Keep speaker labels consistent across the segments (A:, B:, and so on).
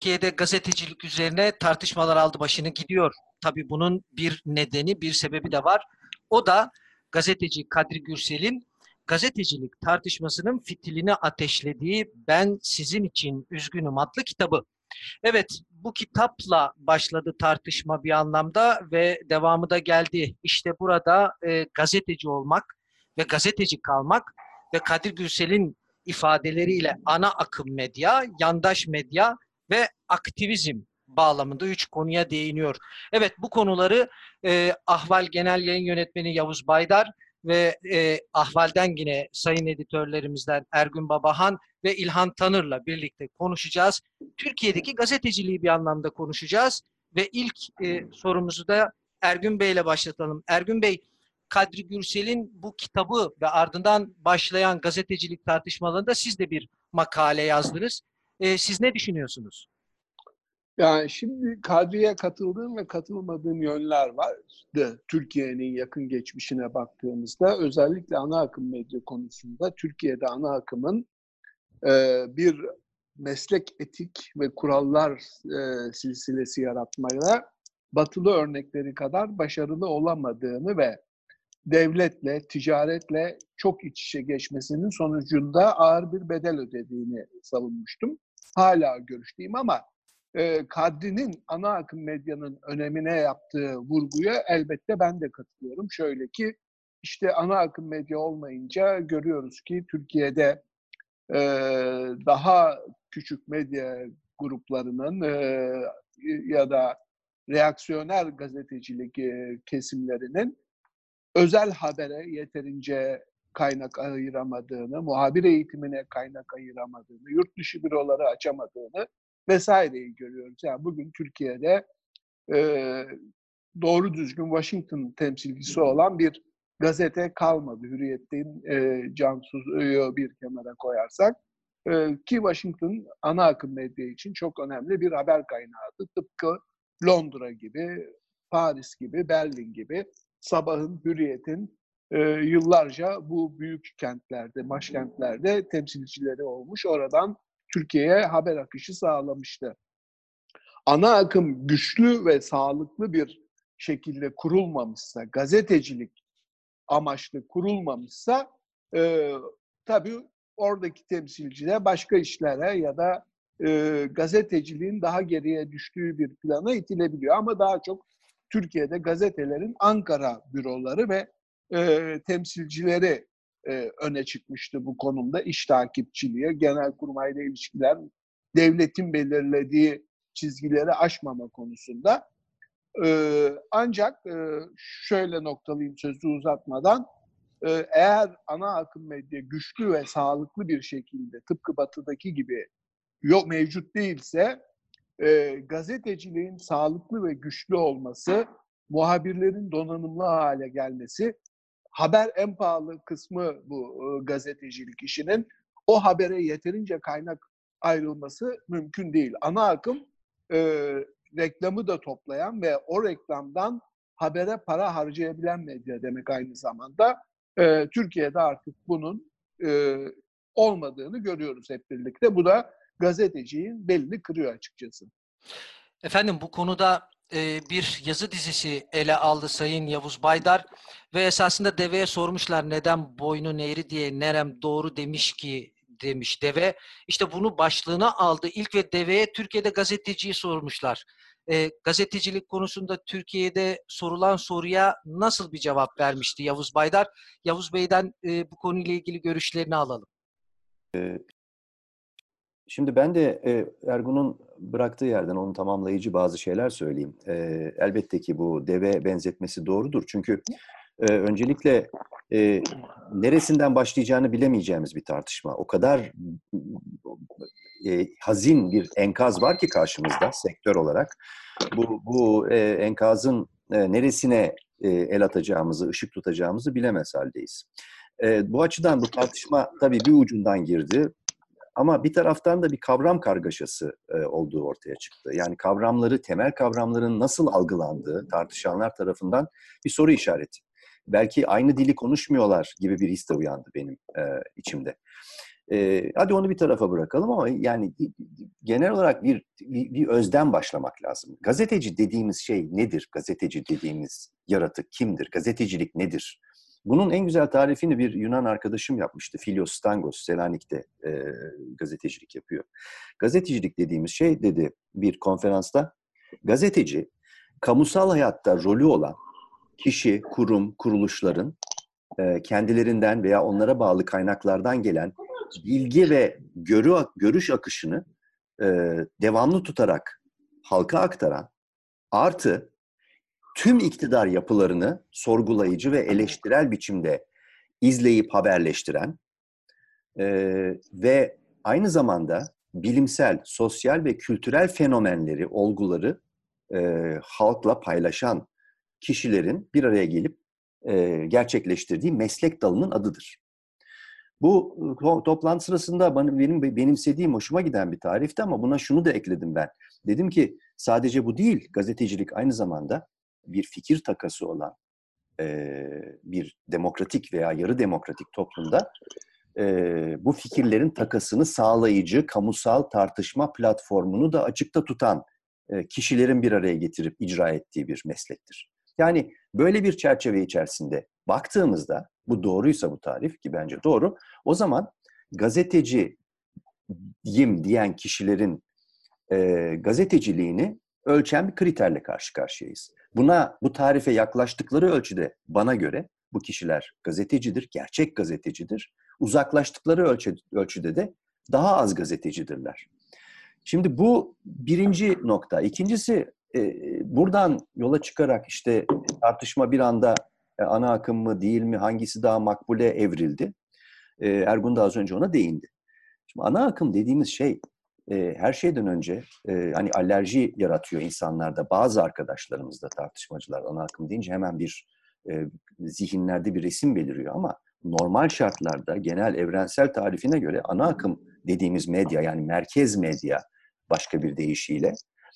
A: Türkiye'de gazetecilik üzerine tartışmalar aldı başını gidiyor. Tabii bunun bir nedeni, bir sebebi de var. O da gazeteci Kadri Gürsel'in gazetecilik tartışmasının fitilini ateşlediği "Ben Sizin için Üzgünüm" adlı kitabı. Evet, bu kitapla başladı tartışma bir anlamda ve devamı da geldi. İşte burada gazeteci olmak ve gazeteci kalmak ve Kadir Gürsel'in ifadeleriyle ana akım medya, yandaş medya ve aktivizm bağlamında üç konuya değiniyor. Evet, bu konuları Ahval Genel Yayın Yönetmeni Yavuz Baydar ve Ahval'den yine sayın editörlerimizden Ergün Babahan ve İlhan Tanır'la birlikte konuşacağız. Türkiye'deki gazeteciliği bir anlamda konuşacağız ve ilk sorumuzu da Ergün Bey'le başlatalım. Ergün Bey, Kadri Gürsel'in bu kitabı ve ardından başlayan gazetecilik tartışmalarında siz de bir makale yazdınız. Siz ne düşünüyorsunuz?
B: Yani şimdi Kadri'ye katıldığım ve katılmadığım yönler var. Türkiye'nin yakın geçmişine baktığımızda özellikle ana akım medya konusunda Türkiye'de ana akımın bir meslek etik ve kurallar silsilesi yaratmaya batılı örnekleri kadar başarılı olamadığını ve devletle, ticaretle çok iç içe geçmesinin sonucunda ağır bir bedel ödediğini savunmuştum. Hala görüşteyim ama Kadri'nin ana akım medyanın önemine yaptığı vurguya elbette ben de katılıyorum. Şöyle ki işte ana akım medya olmayınca görüyoruz ki Türkiye'de daha küçük medya gruplarının ya da reaksiyoner gazetecilik kesimlerinin özel habere yeterince kaynak ayıramadığını, muhabir eğitimine kaynak ayıramadığını, yurt dışı büroları açamadığını vesaireyi görüyoruz. Yani bugün Türkiye'de doğru düzgün Washington temsilcisi olan bir gazete kalmadı. Hürriyet'in Cansu'yu bir kenara koyarsak. Ki Washington ana akım medya için çok önemli bir haber kaynağıydı. Tıpkı Londra gibi, Paris gibi, Berlin gibi, Sabah'ın, Hürriyet'in yıllarca bu büyük kentlerde, başkentlerde temsilcileri olmuş. Oradan Türkiye'ye haber akışı sağlamıştı. Ana akım güçlü ve sağlıklı bir şekilde kurulmamışsa, gazetecilik amaçlı kurulmamışsa tabii oradaki temsilciler başka işlere ya da gazeteciliğin daha geriye düştüğü bir plana itilebiliyor. Ama daha çok Türkiye'de gazetelerin Ankara büroları ve temsilcileri öne çıkmıştı bu konumda. İş takipçiliği, genelkurmayla ilişkiler, devletin belirlediği çizgileri aşmama konusunda. Ancak şöyle noktalayayım sözü uzatmadan, eğer ana akım medya güçlü ve sağlıklı bir şekilde tıpkı Batı'daki gibi yok mevcut değilse gazeteciliğin sağlıklı ve güçlü olması, muhabirlerin donanımlı hale gelmesi, haber en pahalı kısmı bu gazetecilik işinin, o habere yeterince kaynak ayrılması mümkün değil. Ana akım reklamı da toplayan ve o reklamdan habere para harcayabilen medya demek aynı zamanda. Türkiye'de artık bunun olmadığını görüyoruz hep birlikte. Bu da gazetecinin belini kırıyor açıkçası.
A: Efendim, bu konuda bir yazı dizisi ele aldı Sayın Yavuz Baydar ve esasında deveye sormuşlar neden boynun eğri diye, nerem doğru demiş ki demiş deve. İşte bunu başlığına aldı ilk ve deveye Türkiye'de gazeteciyi sormuşlar. Gazetecilik konusunda Türkiye'de sorulan soruya nasıl bir cevap vermişti Yavuz Baydar? Yavuz Bey'den bu konuyla ilgili görüşlerini alalım.
C: Şimdi ben de Ergun'un bıraktığı yerden onun tamamlayıcı bazı şeyler söyleyeyim. Elbette ki bu deve benzetmesi doğrudur. Çünkü öncelikle neresinden başlayacağını bilemeyeceğimiz bir tartışma. O kadar hazin bir enkaz var ki karşımızda sektör olarak. Bu enkazın neresine el atacağımızı, ışık tutacağımızı bilemez haldeyiz. Bu açıdan bu tartışma tabii bir ucundan girdi. Ama bir taraftan da bir kavram kargaşası olduğu ortaya çıktı. Yani kavramları, temel kavramların nasıl algılandığı tartışanlar tarafından bir soru işareti. Belki aynı dili konuşmuyorlar gibi bir his de uyandı benim içimde. Hadi onu bir tarafa bırakalım ama yani genel olarak bir özden başlamak lazım. Gazeteci dediğimiz şey nedir? Gazeteci dediğimiz yaratık kimdir? Gazetecilik nedir? Bunun en güzel tarifini bir Yunan arkadaşım yapmıştı. Philios Stangos, Selanik'te gazetecilik yapıyor. Gazetecilik dediğimiz şey, dedi bir konferansta, gazeteci, kamusal hayatta rolü olan kişi, kurum, kuruluşların kendilerinden veya onlara bağlı kaynaklardan gelen bilgi ve görüş akışını devamlı tutarak halka aktaran, artı tüm iktidar yapılarını sorgulayıcı ve eleştirel biçimde izleyip haberleştiren ve aynı zamanda bilimsel, sosyal ve kültürel fenomenleri, olguları halkla paylaşan kişilerin bir araya gelip gerçekleştirdiği meslek dalının adıdır. Bu toplantı sırasında benim benimsediğim, hoşuma giden bir tarifti ama buna şunu da ekledim ben. Dedim ki sadece bu değil, gazetecilik aynı zamanda bir fikir takası olan bir demokratik veya yarı demokratik toplumda bu fikirlerin takasını sağlayıcı kamusal tartışma platformunu da açıkta tutan kişilerin bir araya getirip icra ettiği bir meslektir. Yani böyle bir çerçeve içerisinde baktığımızda, bu doğruysa bu tarif, ki bence doğru, o zaman gazeteciyim diyen kişilerin gazeteciliğini ölçen bir kriterle karşı karşıyayız. Bu tarife yaklaştıkları ölçüde bana göre bu kişiler gazetecidir, gerçek gazetecidir. Uzaklaştıkları ölçüde de daha az gazetecidirler. Şimdi bu birinci nokta. İkincisi, buradan yola çıkarak işte tartışma bir anda ana akım mı değil mi, hangisi daha makbule evrildi. Ergun da az önce ona değindi. Şimdi ana akım dediğimiz şey her şeyden önce hani alerji yaratıyor insanlarda. Bazı arkadaşlarımızda, tartışmacılar, ana akım deyince hemen bir zihinlerde bir resim beliriyor ama normal şartlarda genel evrensel tarifine göre ana akım dediğimiz medya, yani merkez medya başka bir deyişiyle,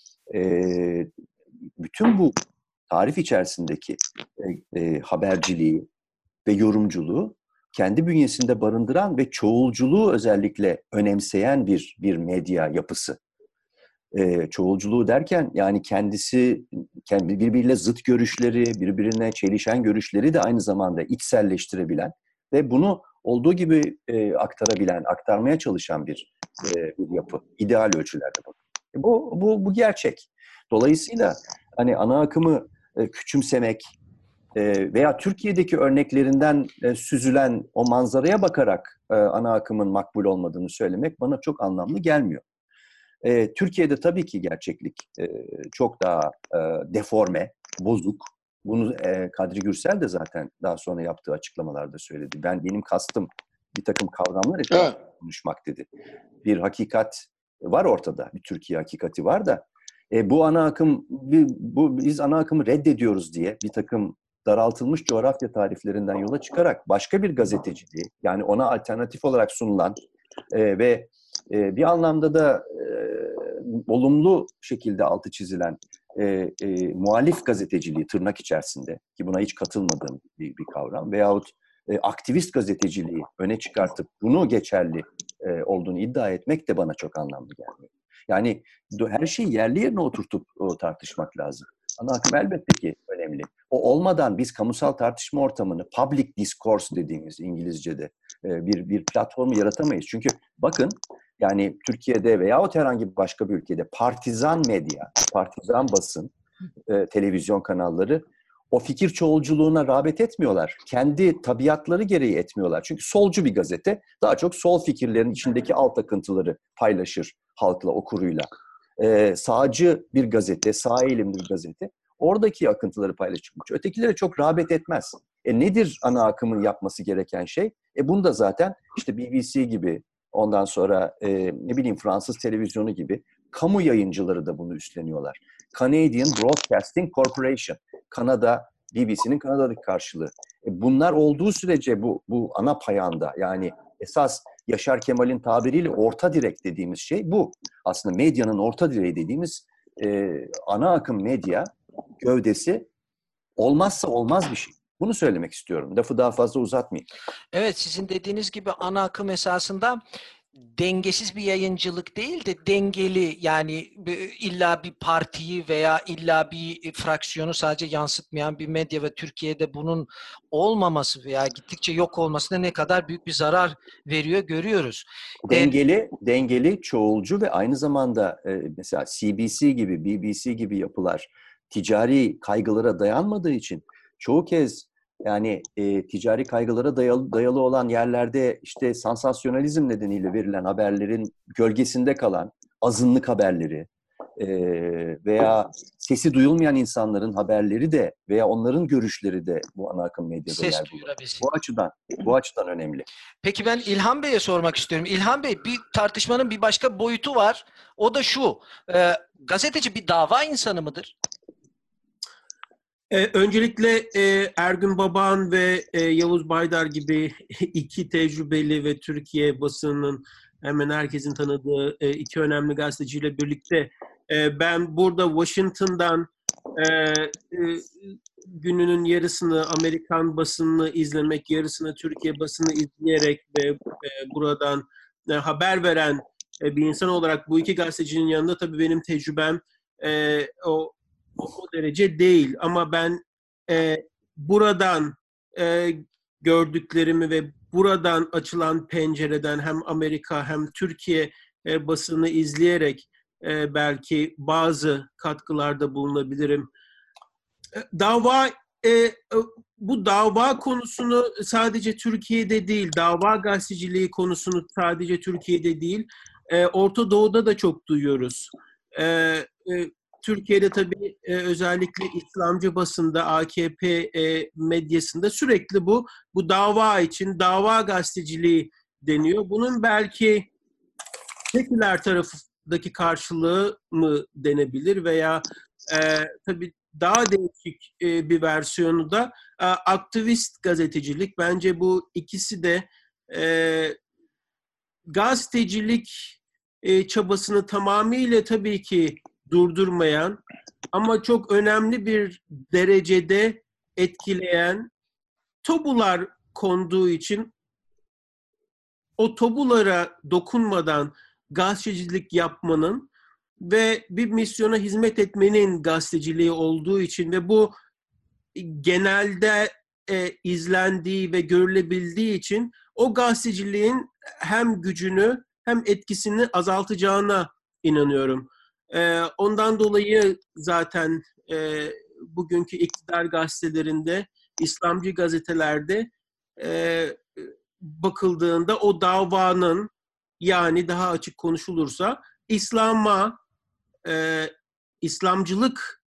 C: bütün bu tarif içerisindeki haberciliği ve yorumculuğu kendi bünyesinde barındıran ve çoğulculuğu özellikle önemseyen bir medya yapısı. Çoğulculuğu derken yani birbiriyle zıt görüşleri, birbirine çelişen görüşleri de aynı zamanda içselleştirebilen ve bunu olduğu gibi aktarmaya çalışan bir yapı. İdeal ölçülerde bu gerçek. Dolayısıyla hani ana akımı küçümsemek veya Türkiye'deki örneklerinden süzülen o manzaraya bakarak ana akımın makbul olmadığını söylemek bana çok anlamlı gelmiyor. Türkiye'de tabii ki gerçeklik çok daha deforme, bozuk. Bunu Kadri Gürsel de zaten daha sonra yaptığı açıklamalarda söyledi. Benim kastım bir takım kavramlar etrafında konuşmak dedi. Bir hakikat var ortada, bir Türkiye hakikati var da bu ana akım, biz ana akımı reddediyoruz diye bir takım daraltılmış coğrafya tariflerinden yola çıkarak başka bir gazeteciliği, yani ona alternatif olarak sunulan ve bir anlamda da olumlu şekilde altı çizilen muhalif gazeteciliği tırnak içerisinde, ki buna hiç katılmadığım bir kavram, veyahut aktivist gazeteciliği öne çıkartıp bunu geçerli olduğunu iddia etmek de bana çok anlamlı gelmiyor. Yani her şeyi yerli yerine oturtup tartışmak lazım. Ana akım elbette ki önemli. O olmadan biz kamusal tartışma ortamını, public discourse dediğimiz İngilizce'de bir platformu yaratamayız. Çünkü bakın, yani Türkiye'de veyahut herhangi başka bir ülkede partizan medya, partizan basın, televizyon kanalları o fikir çoğulculuğuna rağbet etmiyorlar. Kendi tabiatları gereği etmiyorlar. Çünkü solcu bir gazete daha çok sol fikirlerin içindeki alt akıntıları paylaşır halkla, okuruyla. Sağcı bir gazete, sağ eğilimli bir gazete oradaki akıntıları paylaşır. Ötekilere çok rağbet etmez. Nedir ana akımın yapması gereken şey? Bunu da zaten işte BBC gibi, ondan sonra ne bileyim Fransız televizyonu gibi kamu yayıncıları da bunu üstleniyorlar. Canadian Broadcasting Corporation, Kanada, BBC'nin Kanada'daki karşılığı. Bunlar olduğu sürece bu ana payanda, yani esas Yaşar Kemal'in tabiriyle orta direk dediğimiz şey bu. Aslında medyanın orta direği dediğimiz ana akım medya gövdesi olmazsa olmaz bir şey. Bunu söylemek istiyorum. Lafı daha fazla uzatmayayım.
A: Evet, sizin dediğiniz gibi ana akım esasında dengesiz bir yayıncılık değil de dengeli, yani illa bir partiyi veya illa bir fraksiyonu sadece yansıtmayan bir medya ve Türkiye'de bunun olmaması veya gittikçe yok olmasına ne kadar büyük bir zarar veriyor görüyoruz.
C: Dengeli, çoğulcu ve aynı zamanda mesela CBC gibi, BBC gibi yapılar ticari kaygılara dayanmadığı için çoğu kez yani ticari kaygılara dayalı olan yerlerde işte sansasyonalizm nedeniyle verilen haberlerin gölgesinde kalan azınlık haberleri veya sesi duyulmayan insanların haberleri de veya onların görüşleri de bu ana akım medyada
A: Ses
C: yer bulur.
A: duyurabilsin.
C: Bu açıdan önemli.
A: Peki ben İlhan Bey'e sormak istiyorum. İlhan Bey, bir tartışmanın bir başka boyutu var. O da şu. Gazeteci bir dava insanı mıdır?
D: Öncelikle Ergün Babaan ve Yavuz Baydar gibi iki tecrübeli ve Türkiye basınının hemen herkesin tanıdığı iki önemli gazeteciyle birlikte ben burada Washington'dan gününün yarısını Amerikan basınını izlemek, yarısını Türkiye basını izleyerek ve buradan haber veren bir insan olarak bu iki gazetecinin yanında tabii benim tecrübem o derece değil. Ama ben buradan gördüklerimi ve buradan açılan pencereden hem Amerika hem Türkiye basını izleyerek belki bazı katkılarda bulunabilirim. Bu dava konusunu sadece Türkiye'de değil, dava gazeteciliği konusunu sadece Türkiye'de değil, Orta Doğu'da da çok duyuyoruz. Türkiye'de tabii özellikle İslamcı basında, AKP medyasında sürekli bu dava için dava gazeteciliği deniyor. Bunun belki seküler tarafındaki karşılığı mı denebilir veya tabii daha değişik bir versiyonu da aktivist gazetecilik. Bence bu ikisi de gazetecilik çabasını tamamıyla tabii ki durdurmayan ama çok önemli bir derecede etkileyen tobular konduğu için o tobulara dokunmadan gazetecilik yapmanın ve bir misyona hizmet etmenin gazeteciliği olduğu için ve bu genelde izlendiği ve görülebildiği için o gazeteciliğin hem gücünü hem etkisini azaltacağına inanıyorum. Ondan dolayı zaten bugünkü iktidar gazetelerinde, İslamcı gazetelerde bakıldığında o davanın, yani daha açık konuşulursa İslamcılık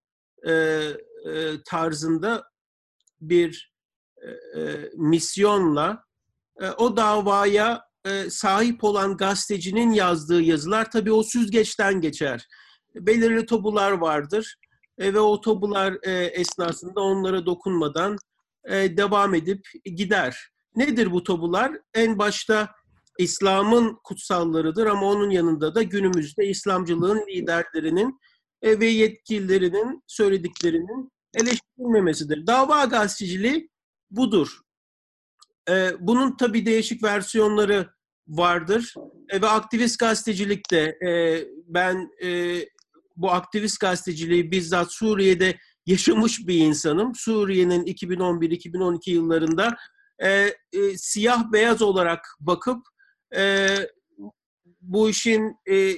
D: tarzında bir misyonla o davaya sahip olan gazetecinin yazdığı yazılar tabii o süzgeçten geçer. Belirli tobular vardır ve o tobular esnasında onlara dokunmadan devam edip gider. Nedir bu tobular? En başta İslam'ın kutsallarıdır ama onun yanında da günümüzde İslamcılığın liderlerinin ve yetkililerinin söylediklerinin eleştirilmemesidir. Dava gazeteciliği budur. Bunun tabii değişik versiyonları vardır. Ve aktivist gazetecilik de ben bu aktivist gazeteciliği bizzat Suriye'de yaşamış bir insanım. Suriye'nin 2011-2012 yıllarında siyah beyaz olarak bakıp bu işin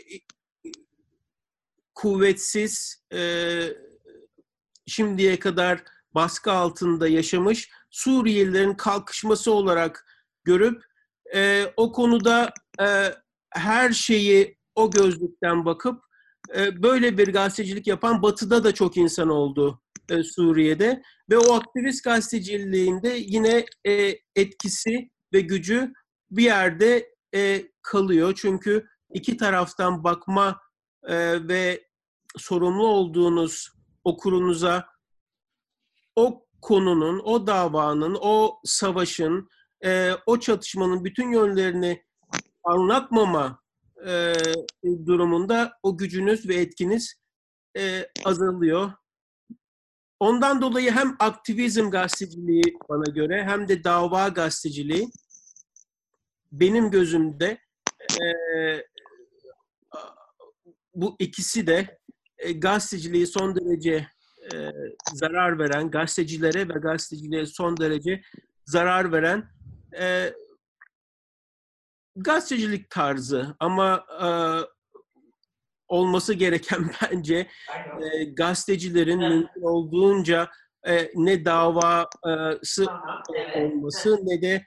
D: kuvvetsiz, şimdiye kadar baskı altında yaşamış Suriyelilerin kalkışması olarak görüp o konuda her şeyi o gözlükten bakıp böyle bir gazetecilik yapan Batı'da da çok insan oldu Suriye'de ve o aktivist gazeteciliğinde yine etkisi ve gücü bir yerde kalıyor. Çünkü iki taraftan bakma ve sorumlu olduğunuz okurunuza o konunun, o davanın, o savaşın, o çatışmanın bütün yönlerini anlatmama durumunda o gücünüz ve etkiniz azalıyor. Ondan dolayı hem aktivizm gazeteciliği bana göre hem de dava gazeteciliği benim gözümde bu ikisi de gazeteciliği son derece zarar veren, gazetecilere ve gazeteciliğe son derece zarar veren gazetecilik tarzı. Ama olması gereken bence gazetecilerin mümkün olduğunca ne davası olması ne de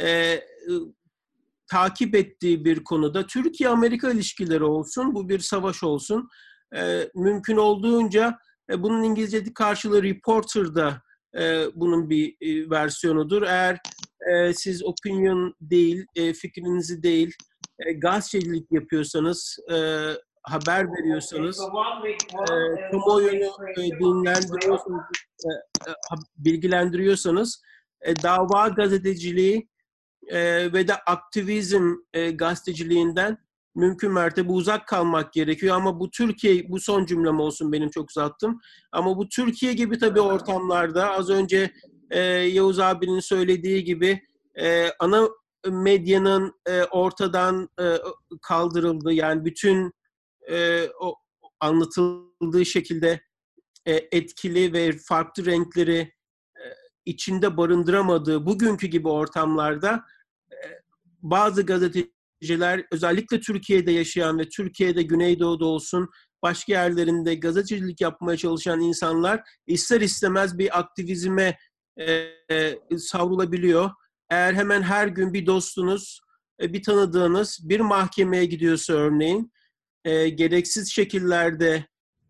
D: takip ettiği bir konuda Türkiye-Amerika ilişkileri olsun, bu bir savaş olsun. Mümkün olduğunca bunun İngilizce'de karşılığı reporter'da bunun bir versiyonudur. Eğer siz opinion değil, fikrinizi değil, gazetecilik yapıyorsanız, haber veriyorsanız, kamuoyunu dinlendiriyorsanız, bilgilendiriyorsanız, dava gazeteciliği ve de aktivizm gazeteciliğinden mümkün mertebe uzak kalmak gerekiyor. Ama bu Türkiye, bu son cümlem olsun, benim çok uzattım. Ama bu Türkiye gibi tabii ortamlarda az önce Yavuz abinin söylediği gibi ana medyanın ortadan kaldırıldığı, yani bütün o anlatıldığı şekilde etkili ve farklı renkleri içinde barındıramadığı bugünkü gibi ortamlarda bazı gazeteciler, özellikle Türkiye'de yaşayan ve Türkiye'de Güneydoğu'da olsun başka yerlerinde gazetecilik yapmaya çalışan insanlar ister istemez bir aktivizme savrulabiliyor. Eğer hemen her gün bir dostunuz, bir tanıdığınız bir mahkemeye gidiyorsa örneğin, gereksiz şekillerde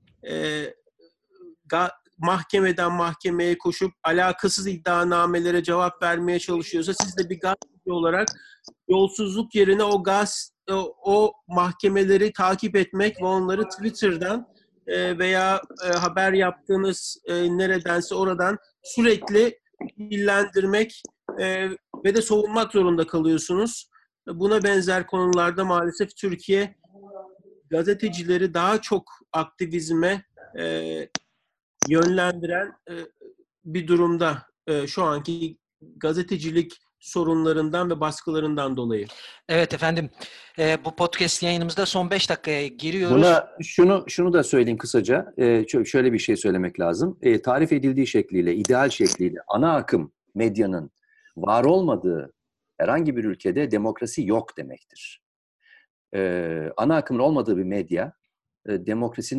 D: mahkemeden mahkemeye koşup alakasız iddianamelere cevap vermeye çalışıyorsa, siz de bir gazeteci olarak yolsuzluk yerine o mahkemeleri takip etmek ve onları Twitter'dan veya haber yaptığınız neredense oradan sürekli dillendirmek ve de savunmak zorunda kalıyorsunuz. Buna benzer konularda maalesef Türkiye gazetecileri daha çok aktivizme yönlendiren bir durumda şu anki gazetecilik sorunlarından ve baskılarından dolayı.
A: Evet efendim, bu podcast yayınımızda son 5 dakikaya giriyoruz.
C: Buna şunu da söyleyeyim kısaca. Şöyle bir şey söylemek lazım. Tarif edildiği şekliyle, ideal şekliyle ana akım medyanın var olmadığı herhangi bir ülkede demokrasi yok demektir. Ana akımın olmadığı bir medya, demokrasinin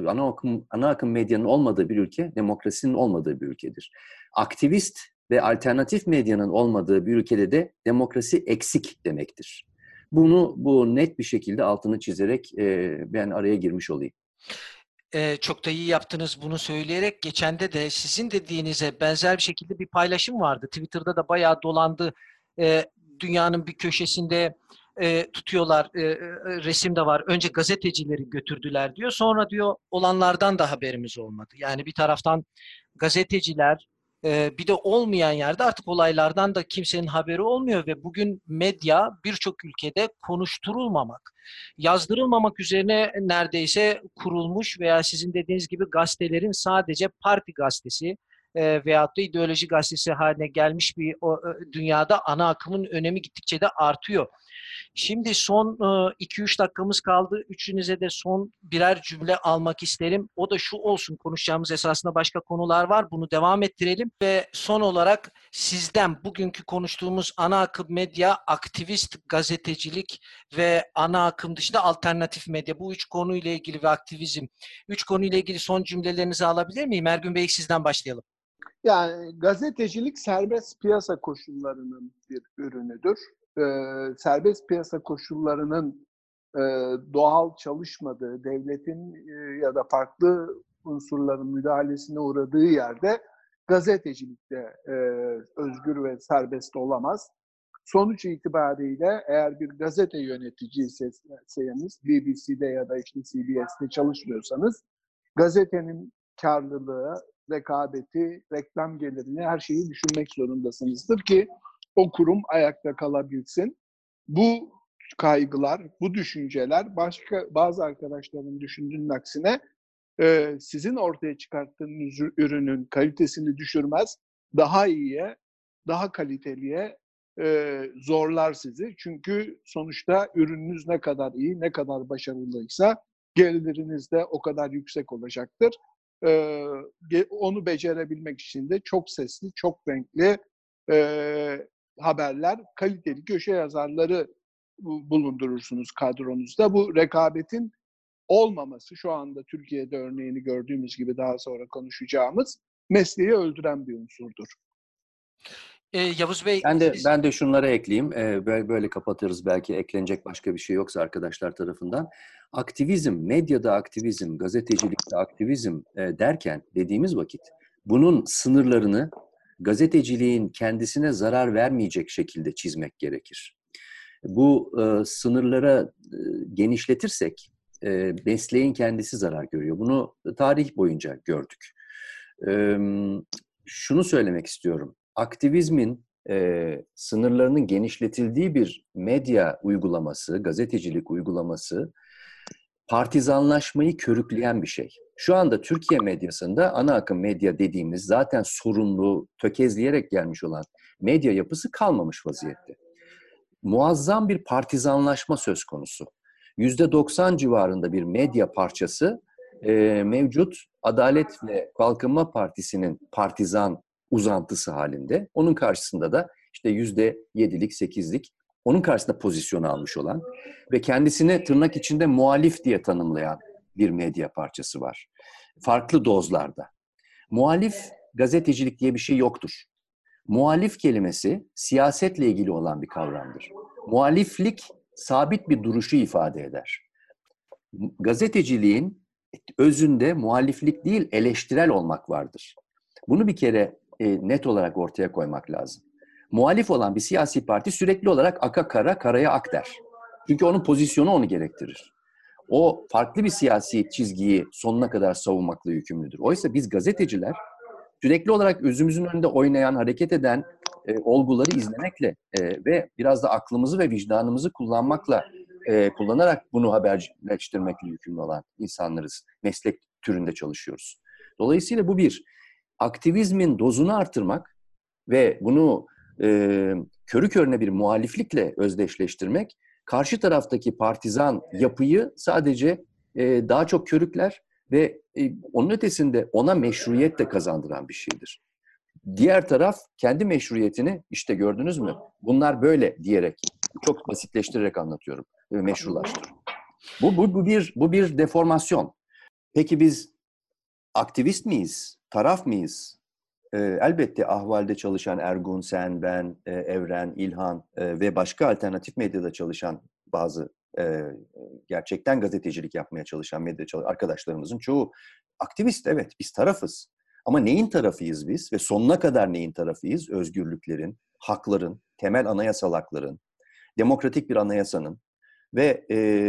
C: ana akım medyanın olmadığı bir ülke, demokrasinin olmadığı bir ülkedir. Aktivist ve alternatif medyanın olmadığı bir ülkede de demokrasi eksik demektir. Bu net bir şekilde altını çizerek ben araya girmiş olayım.
A: Çok da iyi yaptınız bunu söyleyerek. Geçende de sizin dediğinize benzer bir şekilde bir paylaşım vardı. Twitter'da da bayağı dolandı. Dünyanın bir köşesinde tutuyorlar, resim de var. Önce gazetecileri götürdüler diyor. Sonra diyor olanlardan da haberimiz olmadı. Yani bir taraftan gazeteciler, bir de olmayan yerde artık olaylardan da kimsenin haberi olmuyor ve bugün medya birçok ülkede konuşturulmamak, yazdırılmamak üzerine neredeyse kurulmuş veya sizin dediğiniz gibi gazetelerin sadece parti gazetesi veyahut da ideoloji gazetesi haline gelmiş bir dünyada ana akımın önemi gittikçe de artıyor. Şimdi son 2-3 dakikamız kaldı. Üçünüze de son birer cümle almak isterim. O da şu olsun, konuşacağımız esasında başka konular var. Bunu devam ettirelim. Ve son olarak sizden bugünkü konuştuğumuz ana akım medya, aktivist gazetecilik ve ana akım dışında alternatif medya. Bu 3 konuyla ilgili ve aktivizm. 3 konuyla ilgili son cümlelerinizi alabilir miyim? Ergün Bey, sizden başlayalım.
B: Yani gazetecilik serbest piyasa koşullarının bir ürünüdür. Serbest piyasa koşullarının doğal çalışmadığı, devletin ya da farklı unsurların müdahalesine uğradığı yerde gazetecilik de özgür ve serbest olamaz. Sonuç itibariyle eğer bir gazete yöneticiyseniz, BBC'de ya da işte CBS'de çalışmıyorsanız, gazetenin karlılığı, rekabeti, reklam gelirini, her şeyi düşünmek zorundasınızdır ki o kurum ayakta kalabilsin. Bu kaygılar, bu düşünceler bazı arkadaşların düşündüğünün aksine sizin ortaya çıkarttığınız ürünün kalitesini düşürmez, daha iyiye, daha kaliteliye zorlar sizi. Çünkü sonuçta ürününüz ne kadar iyi, ne kadar başarılıysa geliriniz de o kadar yüksek olacaktır. Onu becerebilmek için de çok sesli, çok renkli haberler, kaliteli köşe yazarları bulundurursunuz kadronuzda. Bu rekabetin olmaması, şu anda Türkiye'de örneğini gördüğümüz gibi daha sonra konuşacağımız, mesleği öldüren bir unsurdur.
A: Yavuz Bey,
C: Ben de şunlara ekleyeyim. Böyle kapatırız. Belki eklenecek başka bir şey yoksa arkadaşlar tarafından. Aktivizm, medyada aktivizm, gazetecilikte aktivizm derken dediğimiz vakit bunun sınırlarını gazeteciliğin kendisine zarar vermeyecek şekilde çizmek gerekir. Bu sınırlara genişletirsek mesleğin kendisi zarar görüyor. Bunu tarih boyunca gördük. Şunu söylemek istiyorum. Aktivizmin sınırlarının genişletildiği bir medya uygulaması, gazetecilik uygulaması partizanlaşmayı körükleyen bir şey. Şu anda Türkiye medyasında ana akım medya dediğimiz zaten sorunlu, tökezleyerek gelmiş olan medya yapısı kalmamış vaziyette. Muazzam bir partizanlaşma söz konusu. %90 civarında bir medya parçası mevcut Adalet ve Kalkınma Partisi'nin partizan uzantısı halinde. Onun karşısında da işte %7'lik, 8'lik onun karşısında pozisyon almış olan ve kendisini tırnak içinde muhalif diye tanımlayan bir medya parçası var. Farklı dozlarda. Muhalif gazetecilik diye bir şey yoktur. Muhalif kelimesi siyasetle ilgili olan bir kavramdır. Muhaliflik sabit bir duruşu ifade eder. Gazeteciliğin özünde muhaliflik değil, eleştirel olmak vardır. Bunu bir kere net olarak ortaya koymak lazım. Muhalif olan bir siyasi parti sürekli olarak aka kara, karaya ak der. Çünkü onun pozisyonu onu gerektirir. O farklı bir siyasi çizgiyi sonuna kadar savunmakla yükümlüdür. Oysa biz gazeteciler sürekli olarak gözümüzün önünde oynayan, hareket eden olguları izlemekle ve biraz da aklımızı ve vicdanımızı kullanarak bunu haberleştirmekle yükümlü olan insanlarız. Meslek türünde çalışıyoruz. Dolayısıyla bu bir aktivizmin dozunu artırmak ve bunu körü körüne bir muhaliflikle özdeşleştirmek, karşı taraftaki partizan yapıyı sadece daha çok körükler ve onun ötesinde ona meşruiyet de kazandıran bir şeydir. Diğer taraf kendi meşruiyetini işte gördünüz mü? Bunlar böyle diyerek, çok basitleştirerek anlatıyorum ve meşrulaştırıyor. Bu bir deformasyon. Peki biz aktivist miyiz? Taraf mıyız? Elbette Ahval'de çalışan Ergun, sen, ben, Evren, İlhan ve başka alternatif medyada çalışan bazı gerçekten gazetecilik yapmaya çalışan arkadaşlarımızın çoğu aktivist. Evet, biz tarafız. Ama neyin tarafıyız biz ve sonuna kadar neyin tarafıyız? Özgürlüklerin, hakların, temel anayasal hakların, demokratik bir anayasanın ve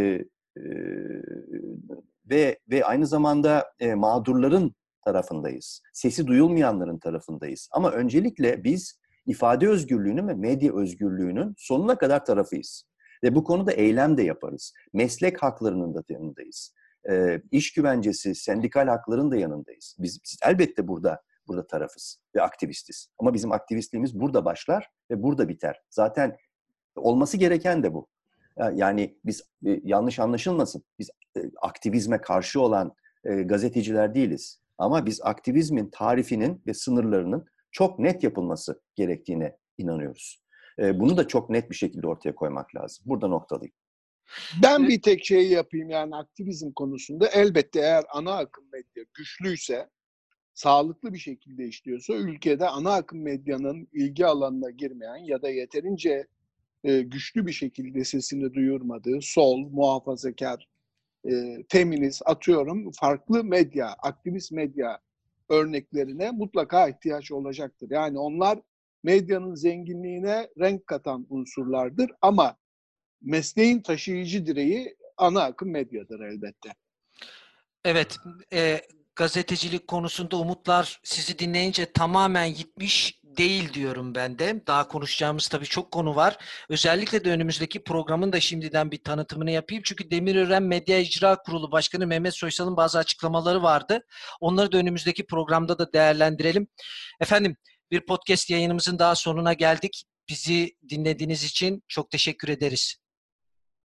C: aynı zamanda mağdurların tarafındayız. Sesi duyulmayanların tarafındayız. Ama öncelikle biz ifade özgürlüğünün ve medya özgürlüğünün sonuna kadar tarafıyız. Ve bu konuda eylem de yaparız. Meslek haklarının da yanındayız. İş güvencesi, sendikal hakların da yanındayız. Biz elbette burada tarafız ve aktivistiz. Ama bizim aktivistliğimiz burada başlar ve burada biter. Zaten olması gereken de bu. Yani biz yanlış anlaşılmasın. Biz aktivizme karşı olan gazeteciler değiliz. Ama biz aktivizmin tarifinin ve sınırlarının çok net yapılması gerektiğine inanıyoruz. Bunu da çok net bir şekilde ortaya koymak lazım. Burada noktalıyım.
B: Ben bir tek şey yapayım, yani aktivizm konusunda elbette eğer ana akım medya güçlüyse, sağlıklı bir şekilde işliyorsa, ülkede ana akım medyanın ilgi alanına girmeyen ya da yeterince güçlü bir şekilde sesini duyurmadığı sol, muhafazakar, feminist, atıyorum farklı medya, aktivist medya örneklerine mutlaka ihtiyaç olacaktır. Yani onlar medyanın zenginliğine renk katan unsurlardır ama mesleğin taşıyıcı direği ana akım medyadır elbette.
A: Evet, gazetecilik konusunda umutlar sizi dinleyince tamamen gitmiş değil diyorum ben de. Daha konuşacağımız tabii çok konu var. Özellikle de önümüzdeki programın da şimdiden bir tanıtımını yapayım. Çünkü Demirören Medya İcra Kurulu Başkanı Mehmet Soysal'ın bazı açıklamaları vardı. Onları da önümüzdeki programda da değerlendirelim. Efendim, bir podcast yayınımızın daha sonuna geldik. Bizi dinlediğiniz için çok teşekkür ederiz.